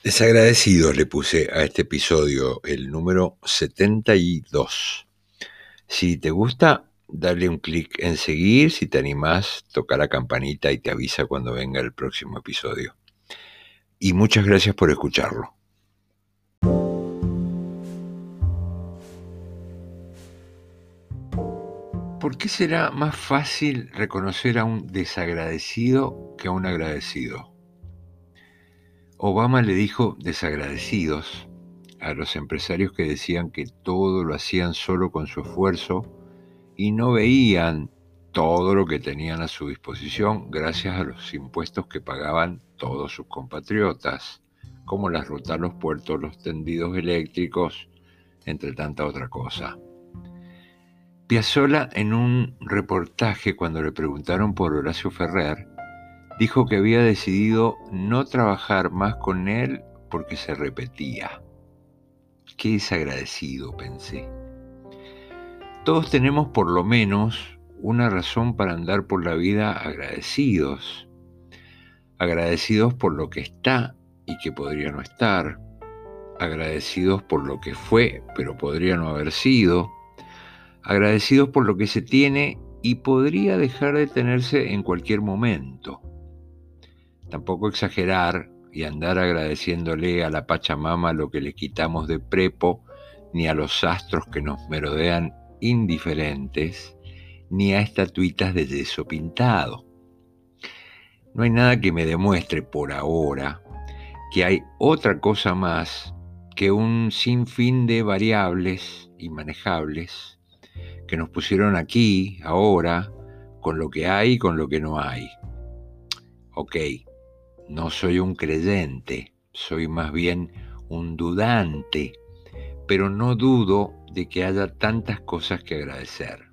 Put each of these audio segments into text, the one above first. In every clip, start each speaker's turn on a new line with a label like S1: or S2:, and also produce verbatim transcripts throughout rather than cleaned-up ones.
S1: Desagradecidos le puse a este episodio, el número setenta y dos. Si te gusta, dale un clic en seguir. Si te animás, toca la campanita y te avisa cuando venga el próximo episodio. Y muchas gracias por escucharlo. ¿Por qué será más fácil reconocer a un desagradecido que a un agradecido? Obama le dijo desagradecidos a los empresarios que decían que todo lo hacían solo con su esfuerzo y no veían todo lo que tenían a su disposición gracias a los impuestos que pagaban todos sus compatriotas, como las rutas, los puertos, los tendidos eléctricos, entre tanta otra cosa. Piazzolla, en un reportaje, cuando le preguntaron por Horacio Ferrer, dijo que había decidido no trabajar más con él porque se repetía. Qué desagradecido, pensé. Todos tenemos por lo menos una razón para andar por la vida agradecidos. Agradecidos por lo que está y que podría no estar. Agradecidos por lo que fue, pero podría no haber sido. Agradecidos por lo que se tiene y podría dejar de tenerse en cualquier momento. Tampoco exagerar y andar agradeciéndole a la Pachamama lo que le quitamos de prepo, ni a los astros que nos merodean indiferentes, ni a estatuitas de yeso pintado. No hay nada que me demuestre por ahora que hay otra cosa más que un sinfín de variables inmanejables que nos pusieron aquí, ahora, con lo que hay y con lo que no hay. Ok, no soy un creyente, soy más bien un dudante, pero no dudo de que haya tantas cosas que agradecer.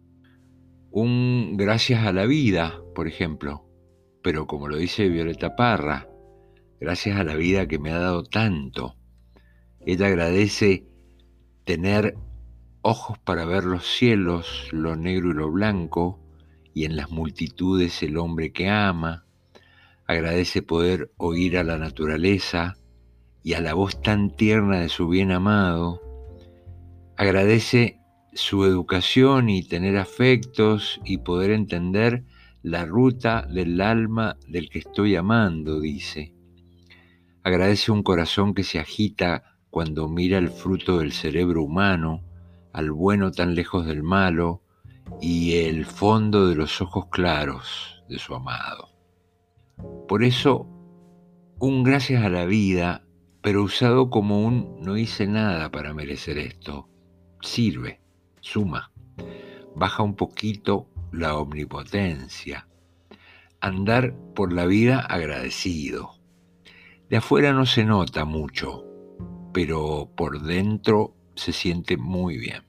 S1: Un gracias a la vida, por ejemplo, pero como lo dice Violeta Parra, gracias a la vida que me ha dado tanto. Ella agradece tener ojos para ver los cielos, lo negro y lo blanco, y en las multitudes el hombre que ama. Agradece poder oír a la naturaleza y a la voz tan tierna de su bien amado. Agradece su educación y tener afectos y poder entender la ruta del alma del que estoy amando, dice. Agradece un corazón que se agita cuando mira el fruto del cerebro humano, al bueno tan lejos del malo, y el fondo de los ojos claros de su amado. Por eso, un gracias a la vida, pero usado como un no hice nada para merecer esto, sirve, suma, baja un poquito la omnipotencia. Andar por la vida agradecido. De afuera no se nota mucho, pero por dentro se siente muy bien.